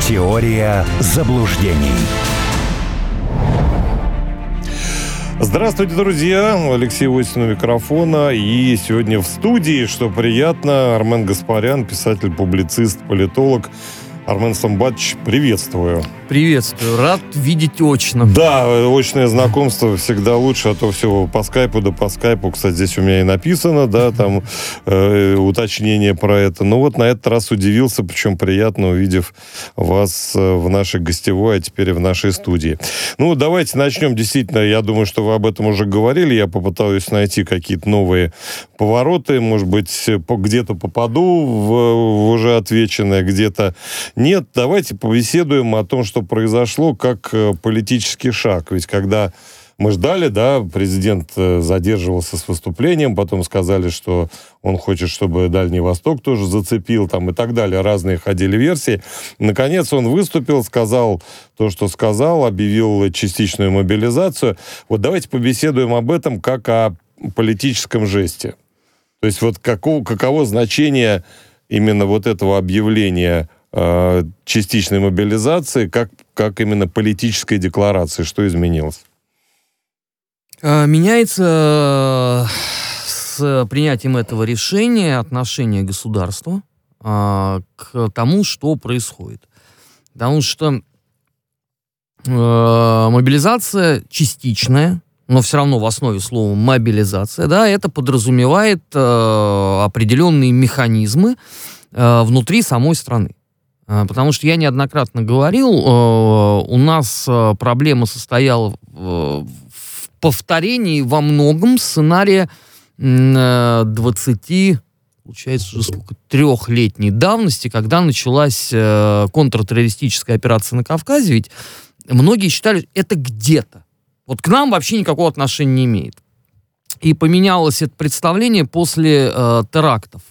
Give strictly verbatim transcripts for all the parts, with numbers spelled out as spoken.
Теория заблуждений. Здравствуйте, друзья! Алексей Осин у микрофона. И сегодня в студии, что приятно, Армен Гаспарян, писатель-публицист, политолог. Армен Самбатович, приветствую. Приветствую. Рад видеть очно. Да, очное знакомство всегда лучше, а то все по скайпу, да по скайпу. Кстати, здесь у меня и написано, да, там э, уточнение про это. Но вот на этот раз удивился, причем приятно, увидев вас в нашей гостевой, а теперь и в нашей студии. Ну, давайте начнем. Действительно, я думаю, что вы об этом уже говорили. Я попытаюсь найти какие-то новые повороты. Может быть, где-то попаду в, в уже отвеченное, где-то нет. Давайте побеседуем о том, что произошло как политический шаг. Ведь когда мы ждали, да, президент задерживался с выступлением, потом сказали, что он хочет, чтобы Дальний Восток тоже зацепил, там и так далее. Разные ходили версии. Наконец он выступил, сказал то, что сказал, объявил частичную мобилизацию. Вот давайте побеседуем об этом как о политическом жесте. То есть вот каково, каково значение именно вот этого объявления частичной мобилизации, как, как именно политической декларации, что изменилось? Меняется с принятием этого решения отношение государства к тому, что происходит. Потому что мобилизация частичная, но все равно в основе слова мобилизация, да, это подразумевает определенные механизмы внутри самой страны. Потому что я неоднократно говорил, у нас проблема состояла в повторении во многом сценария двадцати, получается, уже сколько, трехлетней давности, когда началась контртеррористическая операция на Кавказе, ведь многие считали, это где-то. Вот к нам вообще никакого отношения не имеет. И поменялось это представление после э, терактов.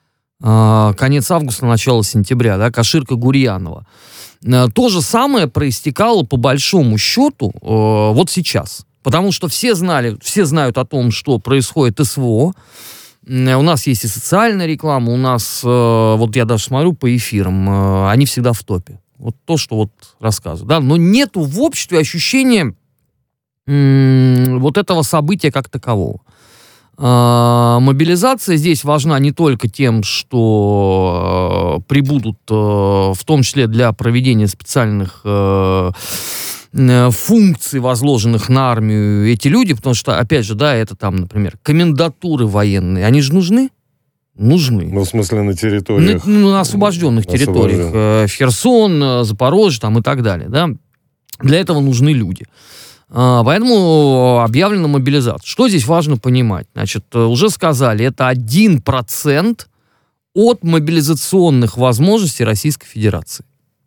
Конец августа, начало сентября, да, Каширка, Гурьянова. То же самое проистекало по большому счету э, вот сейчас. Потому что все знали, все знают о том, что происходит СВО. У нас есть и социальная реклама, у нас, э, вот я даже смотрю по эфирам, э, они всегда в топе. Вот то, что вот рассказываю. Да? Но нету в обществе ощущения э, вот этого события как такового. Мобилизация здесь важна не только тем, что э, прибудут, э, в том числе для проведения специальных э, э, функций, возложенных на армию, эти люди, потому что, опять же, да, это там, например, комендатуры военные, они же нужны? Нужны. Ну, в смысле, на территориях? На, на освобожденных территориях. Э, Херсон, Запорожье там, и так далее, да. Для этого нужны люди. Поэтому объявлена мобилизация. Что здесь важно понимать? Значит, уже сказали, это один процент от мобилизационных возможностей Российской Федерации.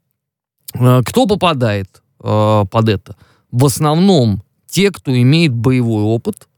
Кто попадает под это? В основном те, кто имеет боевой опыт,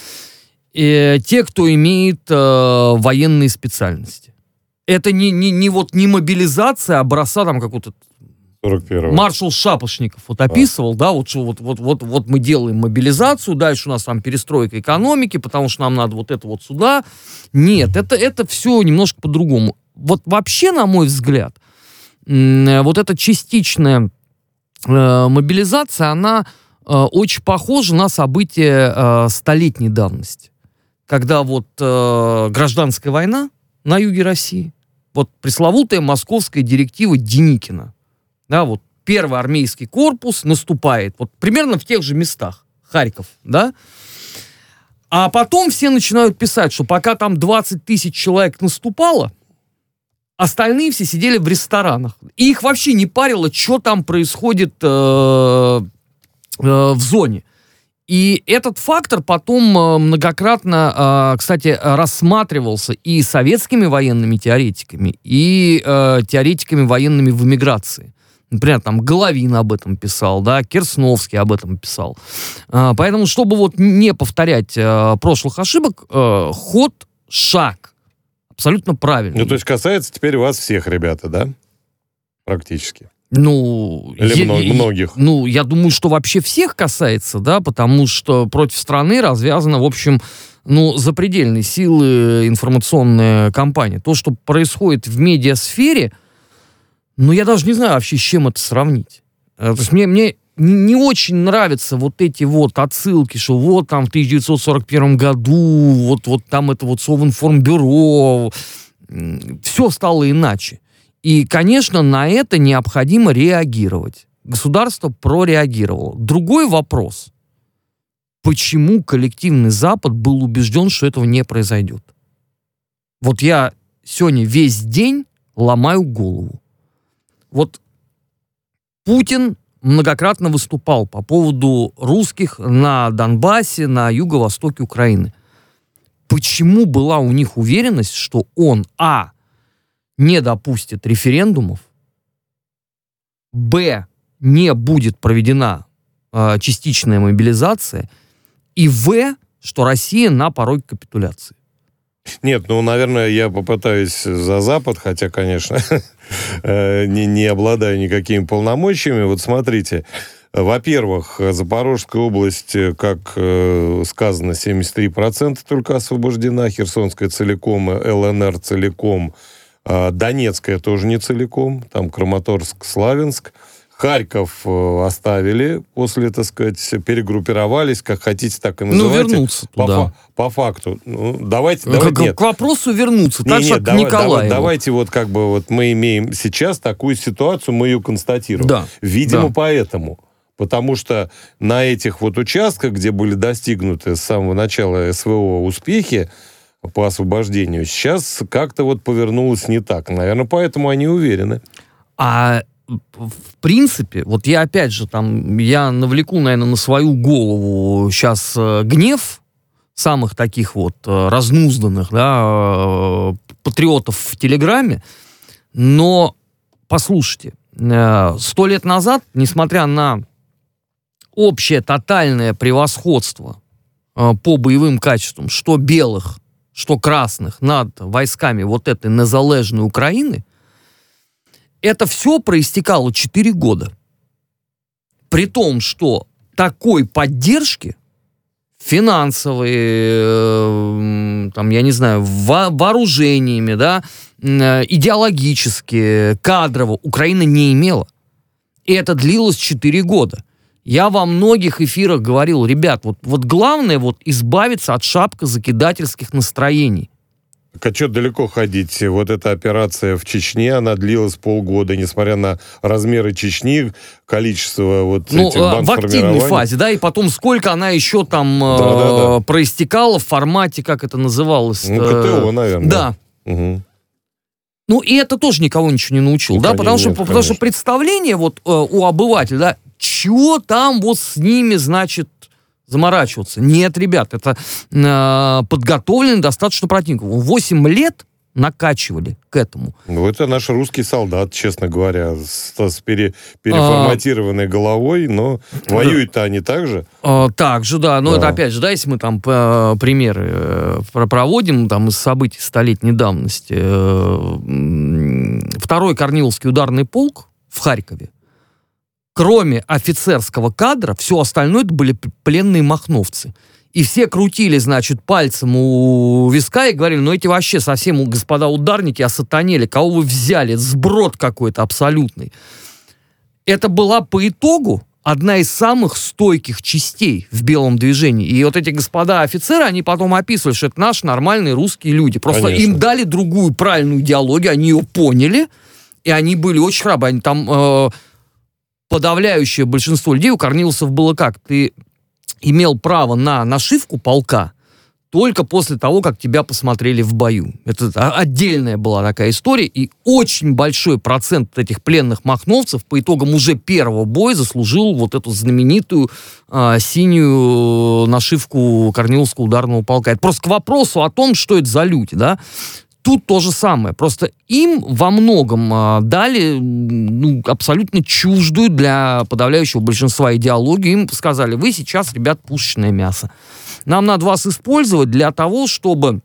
и те, кто имеет военные специальности. Это не, не, не, вот, не мобилизация образца там какого-то сорок первого. Маршал Шапошников вот описывал, а. да, вот, что вот, вот, вот, вот мы делаем мобилизацию, дальше у нас там перестройка экономики, потому что нам надо вот это вот сюда. Нет, это, это все немножко по-другому. Вот вообще, на мой взгляд, вот эта частичная э, мобилизация, она э, очень похожа на события э, столетней давности. Когда вот э, гражданская война на юге России, вот пресловутая московская директива Деникина, да, вот первый армейский корпус наступает вот примерно в тех же местах, Харьков, да, а потом все начинают писать, что пока там двадцать тысяч человек наступало, остальные все сидели в ресторанах, и их вообще не парило, что там происходит э, э, в зоне. И этот фактор потом многократно, кстати, рассматривался и советскими военными теоретиками, и теоретиками военными в эмиграции. Например, там Головин об этом писал, да, Керсновский об этом писал. Поэтому, чтобы вот не повторять прошлых ошибок, ход, шаг абсолютно правильный. Ну, то есть касается теперь вас всех, ребята, да? Практически. Ну, Или я, многих. Ну, я думаю, что вообще всех касается, да, потому что против страны развязана, в общем, ну, запредельной силы информационная кампания. То, что происходит в медиасфере, Ну, я даже не знаю вообще, с чем это сравнить. То есть мне, мне не, не очень нравятся вот эти вот отсылки, что вот там в тысяча девятьсот сорок первом году, вот, вот там это вот Совинформбюро. Все стало иначе. И, конечно, на это необходимо реагировать. Государство прореагировало. Другой вопрос. Почему коллективный Запад был убежден, что этого не произойдет? Вот я сегодня весь день ломаю голову. Вот Путин многократно выступал по поводу русских на Донбассе, на юго-востоке Украины. Почему была у них уверенность, что он, а, не допустит референдумов, б, не будет проведена э, частичная мобилизация, и в, что Россия на пороге капитуляции? Нет, ну, наверное, я попытаюсь за Запад, хотя, конечно, не, не обладаю никакими полномочиями. Вот смотрите, во-первых, Запорожская область, как сказано, семьдесят три процента только освобождена, Херсонская целиком, ЛНР целиком, Донецкая тоже не целиком, там Краматорск, Славянск. Харьков оставили после, так сказать, перегруппировались, как хотите, так и называйте. Ну, вернуться по, туда. По факту. Ну, давайте, К, давайте, к, нет. к вопросу вернуться, Не, так нет, что к давай, Николаеву. давай, давайте вот как бы вот мы имеем сейчас такую ситуацию, мы ее констатируем. Да. Видимо, Да. поэтому. Потому что на этих вот участках, где были достигнуты с самого начала СВО успехи по освобождению, сейчас как-то вот повернулось не так. Наверное, поэтому они уверены. А в принципе, вот я опять же там, я навлеку, наверное, на свою голову сейчас э, гнев самых таких вот э, разнузданных, да, э, патриотов в Телеграме, но послушайте, сто э, лет назад, несмотря на общее тотальное превосходство э, по боевым качествам, что белых, что красных над войсками вот этой незалежной Украины, это все проистекало четыре года. При том, что такой поддержки финансовой, э, там, я не знаю, во- вооружениями, да, э, идеологически, кадрово Украина не имела. И это длилось четыре года. Я во многих эфирах говорил, ребят, вот, вот главное вот избавиться от шапкозакидательских настроений. Так а что далеко ходить? Вот эта операция в Чечне, она длилась полгода, несмотря на размеры Чечни, количество вот ну, этих в активной фазе, да, и потом сколько она еще там да, да, да. э, проистекала в формате, как это называлось? Ну, КТО, наверное. Да. Угу. Ну, и это тоже никого ничего не научил, Ну, да, конечно, потому, нет, что, потому что конечно. представление вот э, у обывателя, да, чего там вот с ними, значит, заморачиваться. Нет, ребят, это э, подготовленный достаточно противник. восемь лет накачивали к этому. Ну, это наш русский солдат, честно говоря, с, с пере, переформатированной а... головой, но воюют-то они так же. А, так же, да. Но да. это, опять же, да, если мы там э, примеры э, проводим там, из событий столетней давности. Э, второй Корниловский ударный полк в Харькове, кроме офицерского кадра, все остальное это были пленные махновцы. И все крутили, значит, пальцем у виска и говорили, ну эти вообще совсем, господа ударники, осатанели, кого вы взяли, сброд какой-то абсолютный. Это была по итогу одна из самых стойких частей в белом движении. И вот эти господа офицеры, они потом описывали, что это наши нормальные русские люди. Просто Конечно. Им дали другую правильную идеологию, они ее поняли, и они были очень храбры. Они там... Э, подавляющее большинство людей, у корниловцев было как? Ты имел право на нашивку полка только после того, как тебя посмотрели в бою. Это отдельная была такая история, и очень большой процент этих пленных махновцев по итогам уже первого боя заслужил вот эту знаменитую э, синюю нашивку Корниловского ударного полка. Это просто к вопросу о том, что это за люди, да? Тут то же самое. Просто им во многом э, дали ну, абсолютно чуждую для подавляющего большинства идеологию. Им сказали, вы сейчас, ребят, пушечное мясо. Нам надо вас использовать для того, чтобы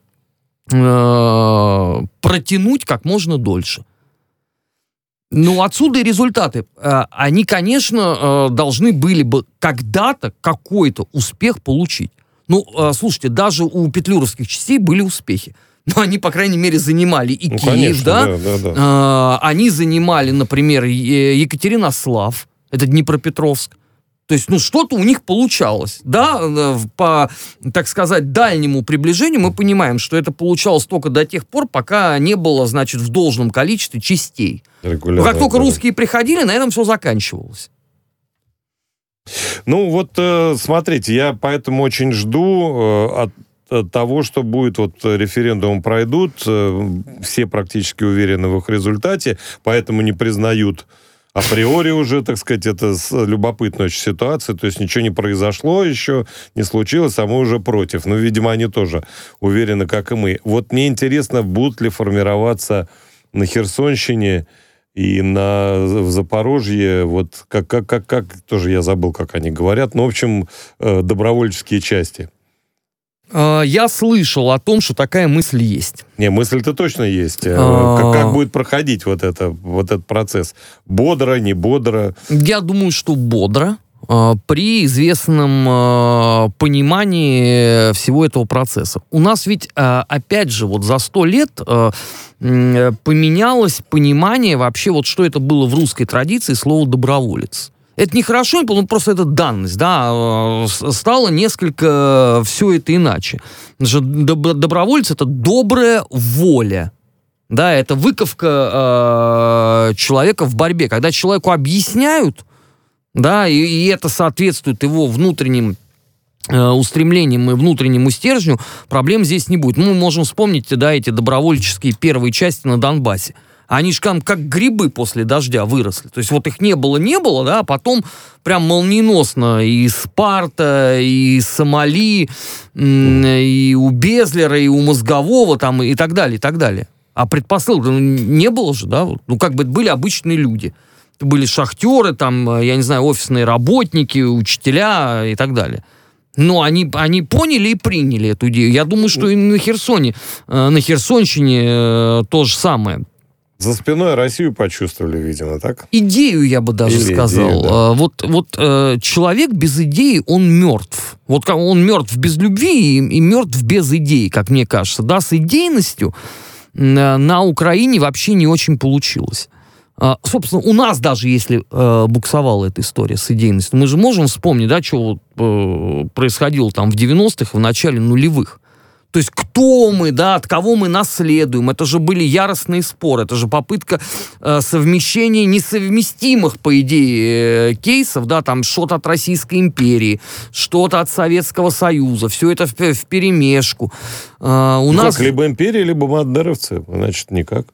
э, протянуть как можно дольше. Ну, отсюда и результаты. Э, они, конечно, э, должны были бы когда-то какой-то успех получить. Ну, э, слушайте, даже у петлюровских частей были успехи. но они, по крайней мере, занимали и Ну, Киев, конечно, да? да, да, да. А, они занимали, например, Е- Екатеринослав, это Днепропетровск. То есть, ну, что-то у них получалось, да, э, по, так сказать, дальнему приближению мы понимаем, что это получалось только до тех пор, пока не было, значит, в должном количестве частей. Но как только русские приходили, на этом все заканчивалось. Ну, вот, э, смотрите, я поэтому очень жду э, от от того, что будет, вот референдум пройдут, э, все практически уверены в их результате, поэтому не признают априори уже, так сказать, это любопытная очень ситуация, то есть ничего не произошло еще, не случилось, а мы уже против. Ну, видимо, они тоже уверены, как и мы. Вот мне интересно, будут ли формироваться на Херсонщине и на, в Запорожье, вот как, как, как, как, тоже я забыл, как они говорят, ну, в общем, э, добровольческие части. Я слышал о том, что такая мысль есть. Не, мысль-то точно есть. Как, как будет проходить вот, это, вот этот процесс? Бодро, не бодро? Я думаю, что бодро, при известном понимании всего этого процесса. У нас ведь, опять же, вот за сто лет поменялось понимание вообще, вот что это было в русской традиции, слово «доброволец». Это не хорошо, ну, просто это данность, да, стало несколько все это иначе. Добровольец — это добрая воля, да, это выковка э, человека в борьбе. Когда человеку объясняют, да, и, и это соответствует его внутренним э, устремлениям и внутреннему стержню, проблем здесь не будет. Мы можем вспомнить, да, эти добровольческие первые части на Донбассе. Они же там как грибы после дождя выросли. То есть вот их не было-не было, да, а потом прям молниеносно и Спарта, и Сомали, и у Безлера, и у Мозгового там, и так далее, и так далее. А предпосылок не было же, да, ну как бы это были обычные люди. Это были шахтеры, там, я не знаю, офисные работники, учителя и так далее. Но они, они поняли и приняли эту идею. Я думаю, что и на Херсоне, на Херсонщине то же самое. За спиной Россию почувствовали, видимо, так? Идею, я бы даже Или сказал. идею, да. Вот, вот э, человек без идеи, он мертв. Вот как он мертв без любви и, и мертв без идей, как мне кажется. Да, с идейностью э, на Украине вообще не очень получилось. Э, собственно, у нас даже если э, буксовала эта история с идейностью, мы же можем вспомнить, да, что вот, э, происходило там в девяностых, в начале нулевых. То есть кто мы, да, от кого мы наследуем. Это же были яростные споры. Это же попытка э, совмещения несовместимых, по идее, э, кейсов. Да, там что-то от Российской империи, что-то от Советского Союза. Все это в, в перемешку. Э, у ну, нас... как, либо империя, либо бандеровцы. Значит, никак.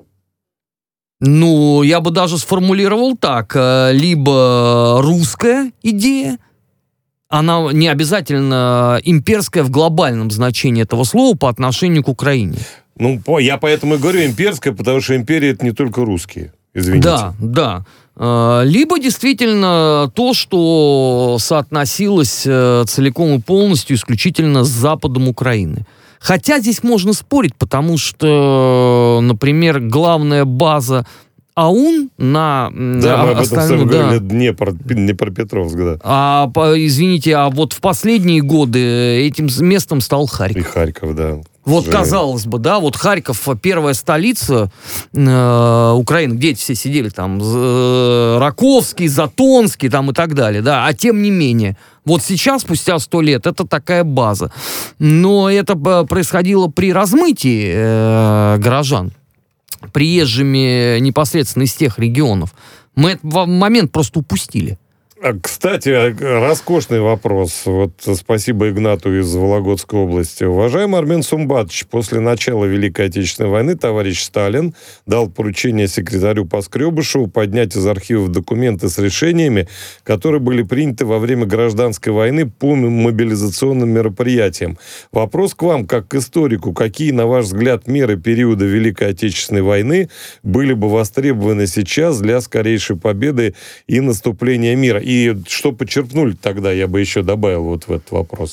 Ну, я бы даже сформулировал так. Э, либо русская идея, она не обязательно имперская в глобальном значении этого слова по отношению к Украине. Ну, я поэтому и говорю имперская, потому что империя — это не только русские. Извините. Да, да. Либо действительно то, что соотносилось целиком и полностью исключительно с западом Украины. Хотя здесь можно спорить, потому что, например, главная база АУН на... Да, мы об этом остальную, да. говорили, да. Днепр, Днепропетровск, да. А, извините, а вот в последние годы этим местом стал Харьков. И Харьков, да. Вот, казалось бы, да, вот Харьков, первая столица э, Украины, где эти все сидели, там, э, Раковский, Затонский, там, и так далее, да, а тем не менее, вот сейчас, спустя сто лет, это такая база. Но это происходило при размытии э, горожан, приезжими непосредственно из тех регионов. Мы этот момент просто упустили. Кстати, роскошный вопрос. Вот спасибо Игнату из Вологодской области. Уважаемый Армен Сумбатович, после начала Великой Отечественной войны товарищ Сталин дал поручение секретарю Поскребышеву поднять из архивов документы с решениями, которые были приняты во время гражданской войны по мобилизационным мероприятиям. Вопрос к вам, как к историку. Какие, на ваш взгляд, меры периода Великой Отечественной войны были бы востребованы сейчас для скорейшей победы и наступления мира? И что подчеркнули тогда, я бы еще добавил вот в этот вопрос.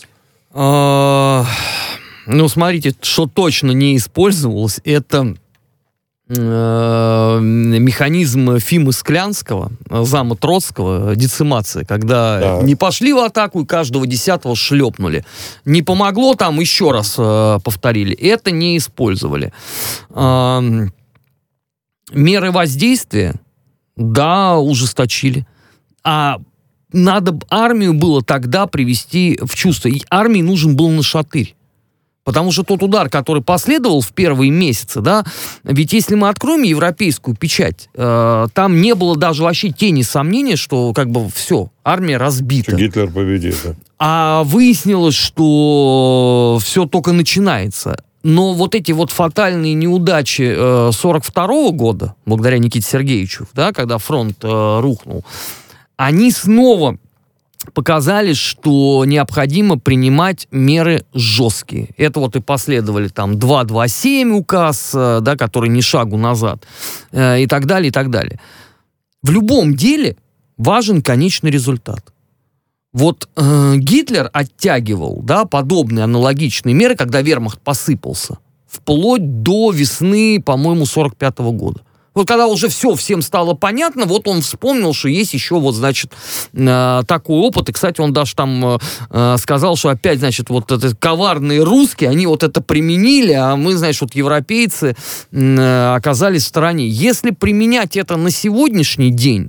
Ну, смотрите, что точно не использовалось, это механизм Фимы Склянского, зама Троцкого, децимация, когда Да. не пошли в атаку и каждого десятого шлепнули. Не помогло, там еще раз э, повторили. Это не использовали. Э, меры воздействия, да, ужесточили. А надо армию было тогда привести в чувство. И армии нужен был нашатырь. Потому что тот удар, который последовал в первые месяцы, да, ведь если мы откроем европейскую печать, э, там не было даже вообще тени сомнения, что как бы все, армия разбита. Что Гитлер победит, да. А выяснилось, что все только начинается. Но вот эти вот фатальные неудачи э, сорок второго года, благодаря Никите Сергеевичу, да, когда фронт э, рухнул, они снова показали, что необходимо принимать меры жесткие. Это вот и последовали там два двадцать семь указ, да, который ни шагу назад, э, и так далее, и так далее. В любом деле важен конечный результат. Вот э, Гитлер оттягивал, да, подобные аналогичные меры, когда вермахт посыпался, вплоть до весны, по-моему, сорок пятого года. Вот когда уже все всем стало понятно, вот он вспомнил, что есть еще вот, значит, э, такой опыт. И, кстати, он даже там э, сказал, что опять, значит, вот это коварные русские, они вот это применили, а мы, значит, вот европейцы э, оказались в стороне. Если применять это на сегодняшний день,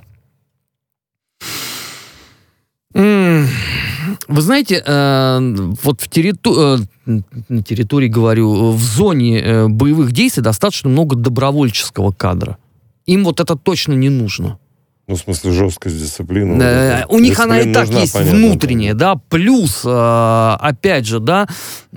э, вы знаете, э, вот в территории, э, на территории, говорю, в зоне э, боевых действий достаточно много добровольческого кадра. Им вот это точно не нужно. Ну, в смысле, жесткость дисциплины. Э, вот у них она и так нужна, есть понятно, внутренняя, да, плюс, э, опять же, да,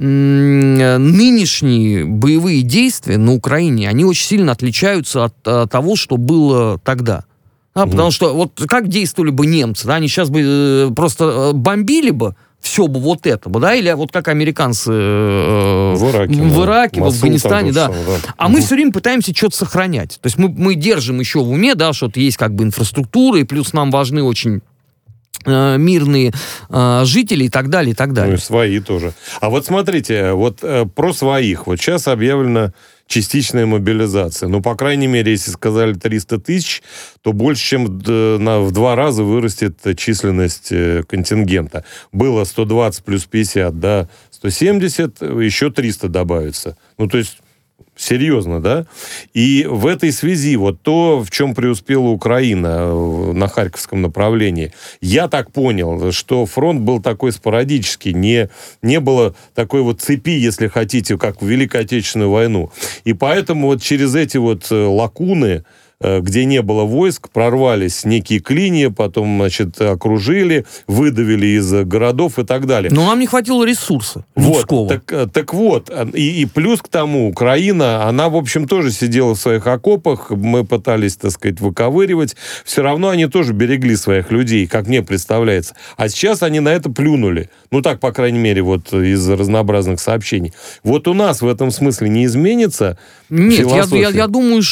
м- нынешние боевые действия на Украине, они очень сильно отличаются от э, того, что было тогда. Да, Мгм. Потому что вот как действовали бы немцы, да, они сейчас бы э, просто э, бомбили бы все бы вот это бы, да, или вот как американцы э, В Ираке, в, да. Ираке, в Масул Афганистане, да. там тот же самый, да. А Мгм. мы все время пытаемся что-то сохранять. То есть мы, мы держим еще в уме, да, что есть как бы инфраструктура, и плюс нам важны очень э, мирные э, жители и так далее, и так Ну далее. и свои тоже. А вот смотрите, вот э, про своих. Вот сейчас объявлена частичная мобилизация. Ну, по крайней мере, если сказали триста тысяч, то больше, чем д- на, в два раза вырастет численность э, контингента. Было сто двадцать плюс пятьдесят, да, сто семьдесят, еще триста добавится. Ну, то есть серьезно, да? И в этой связи вот то, в чем преуспела Украина э, на Харьковском направлении, я так понял, что фронт был такой спорадический, не, не было такой вот цепи, если хотите, как в Великую Отечественную войну. И поэтому вот через эти вот э, лакуны, э, где не было войск, прорвались некие клинья, потом, значит, окружили, выдавили из городов и так далее. Но нам не хватило ресурса Вот, людского. так, э, так вот, и, и плюс к тому, Украина, она, в общем, тоже сидела в своих окопах, мы пытались, так сказать, выковыривать, все равно они тоже берегли своих людей, как мне представляется. А сейчас они на это плюнули. Ну, так, по крайней мере, вот из разнообразных сообщений. Вот у нас в этом смысле не изменится Нет, я, философия? я, я думаю,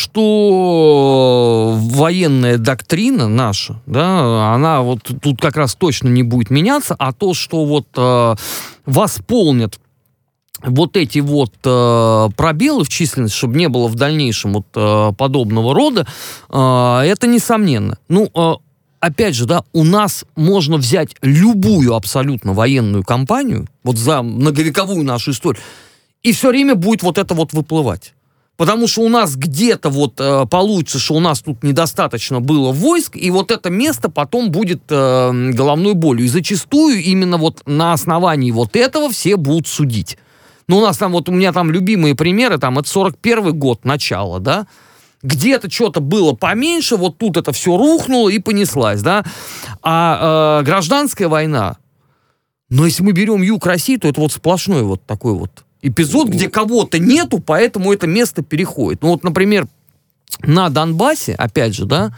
что военная доктрина наша, да, она вот тут как раз точно не будет меняться, а то, что вот э, восполнят вот эти вот э, пробелы в численности, чтобы не было в дальнейшем вот э, подобного рода, э, это несомненно. Ну, э, опять же, да, у нас можно взять любую абсолютно военную кампанию, вот за многовековую нашу историю, и все время будет вот это вот выплывать. Потому что у нас где-то вот э, получится, что у нас тут недостаточно было войск, и вот это место потом будет э, головной болью. И зачастую именно вот на основании вот этого все будут судить. Ну, у нас там вот, у меня там любимые примеры, там, это сорок первый год, начало, да, где-то что-то было поменьше, вот тут это все рухнуло и понеслась, да. А э, гражданская война, но если мы берем юг России, то это вот сплошной вот такой вот эпизод, где кого-то нету, поэтому это место переходит. Ну вот, например, на Донбассе, опять же, да,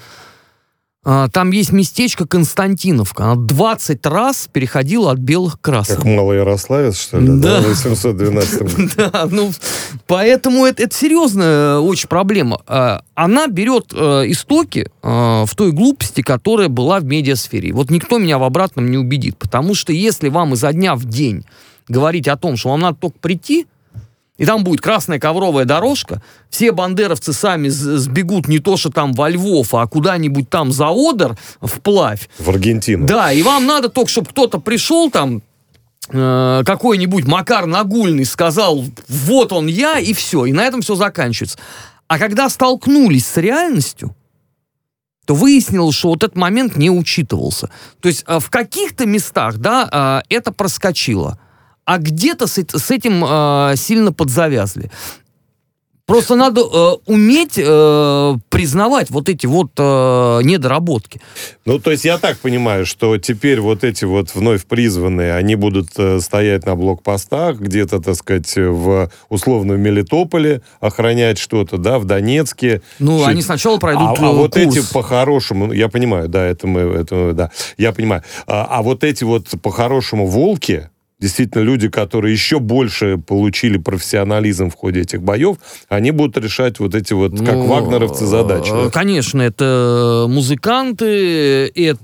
там есть местечко Константиновка. Она двадцать раз переходила от белых к красным. Как Малоярославец, что ли? Да. В восемьсот двенадцатом году. Да, ну, поэтому это, это серьезная очень проблема. Она берет истоки в той глупости, которая была в медиасфере. Вот никто меня в обратном не убедит, потому что если вам изо дня в день говорить о том, что вам надо только прийти, и там будет красная ковровая дорожка, все бандеровцы сами сбегут не то, что там во Львов, а куда-нибудь там за Одер, вплавь. В Аргентину. Да, и вам надо только, чтобы кто-то пришел там, э, какой-нибудь Макар Нагульный сказал, вот он я, и все, и на этом все заканчивается. А когда столкнулись с реальностью, то выяснилось, что вот этот момент не учитывался. То есть э, в каких-то местах, да, э, это проскочило, а где-то с, с этим э, сильно подзавязли. Просто надо э, уметь э, признавать вот эти вот э, недоработки. Ну, то есть я так понимаю, что теперь вот эти вот вновь призванные, они будут э, стоять на блокпостах, где-то, так сказать, в условном Мелитополе, охранять что-то, да, в Донецке. Ну, Что... они сначала пройдут а, курс. А вот эти по-хорошему, я понимаю, да, это мы, это, да, я понимаю. А, а вот эти вот по-хорошему волки, действительно, люди, которые еще больше получили профессионализм в ходе этих боев, они будут решать вот эти вот, как ну, вагнеровцы, задачи. Да? Конечно, это музыканты,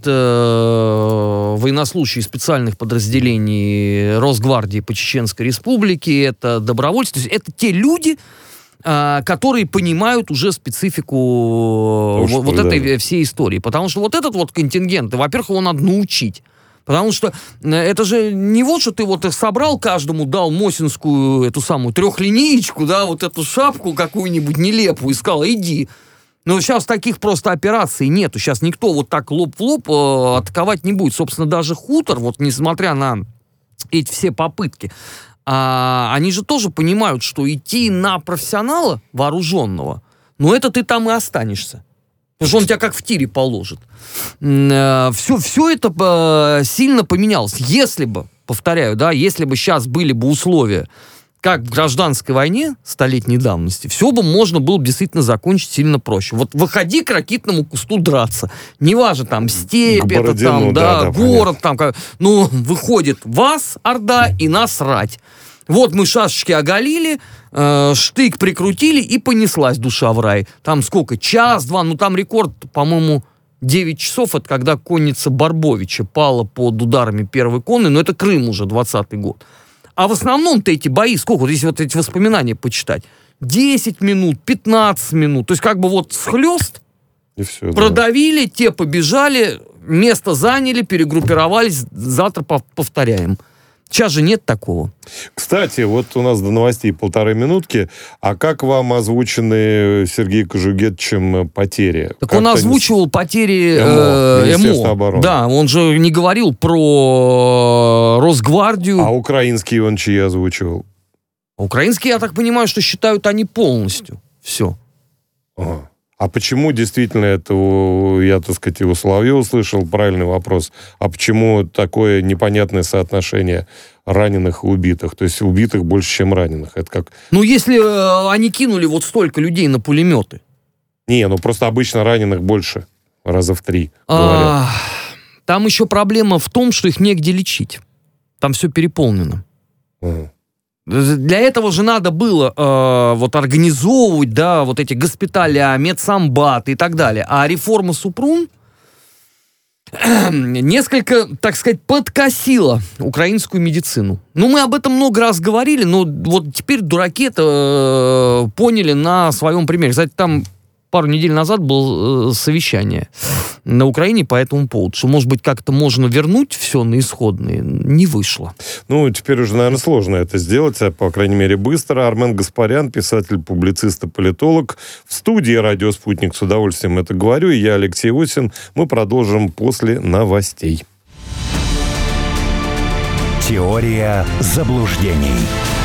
это военнослужащие специальных подразделений Росгвардии по Чеченской Республике, это добровольцы. То есть это те люди, которые понимают уже специфику ну, вот этой да. всей истории. Потому что вот этот вот контингент, во-первых, его надо научить. Потому что это же не вот, что ты вот их собрал, каждому дал мосинскую эту самую трехлинеечку, да, вот эту шапку какую-нибудь нелепую и сказал, иди. Но сейчас таких просто операций нету. Сейчас никто вот так лоб в лоб э, атаковать не будет. Собственно, даже хутор, вот несмотря на эти все попытки, а, они же тоже понимают, что идти на профессионала вооруженного, ну это ты там и останешься. Потому что он тебя как в тире положит. Все, все это сильно поменялось. Если бы, повторяю, да, если бы сейчас были бы условия, как в гражданской войне столетней давности, все бы можно было бы действительно закончить сильно проще. Вот выходи к ракитному кусту драться. Неважно, там, степь, это там, да, да, город, понятно. Там, ну, выходит вас, орда, и насрать. Вот мы шашечки оголили, э, штык прикрутили, и понеслась душа в рай. Там сколько? Час-два? Ну, там рекорд, по-моему, девять часов. Это когда конница Барбовича пала под ударами первой конной. Но это Крым уже, двадцатый год. А в основном-то эти бои, сколько? Вот если вот эти воспоминания почитать. десять минут, пятнадцать минут. То есть как бы вот схлёст, и все, продавили, да. Те побежали, место заняли, перегруппировались, завтра повторяем. Сейчас же нет такого. Кстати, вот у нас до новостей полторы минутки. А как вам озвучены Сергеем Кожугетовичем потери? Так Как-то он озвучивал не... потери ЭМО, Министерства обороны. Да, он же не говорил про Росгвардию. А украинские он чьи озвучивал? Украинские, я так понимаю, что считают они полностью. Все. Ага. А почему действительно это, я, так сказать, у Соловьева услышал правильный вопрос, а почему такое непонятное соотношение раненых и убитых? То есть убитых больше, чем раненых. Это как... Ну, если э, они кинули вот столько людей на пулеметы. Не, ну просто обычно раненых больше, раза в три, а, там еще проблема в том, что их негде лечить. Там все переполнено. Ага. Для этого же надо было э, вот организовывать, да, вот эти госпиталя, медсамбаты и так далее. А реформа Супрун э, несколько, так сказать, подкосила украинскую медицину. Ну, мы об этом много раз говорили, но вот теперь дураки это э, поняли на своем примере. Кстати, там пару недель назад было э, совещание на Украине по этому поводу, что, может быть, как-то можно вернуть все на исходные. Не вышло. Ну, теперь уже, наверное, сложно это сделать, а, по крайней мере, быстро. Армен Гаспарян, писатель, публицист и политолог. В студии «Радио Спутник», с удовольствием это говорю. И я, Алексей Осин. Мы продолжим после новостей. Теория заблуждений.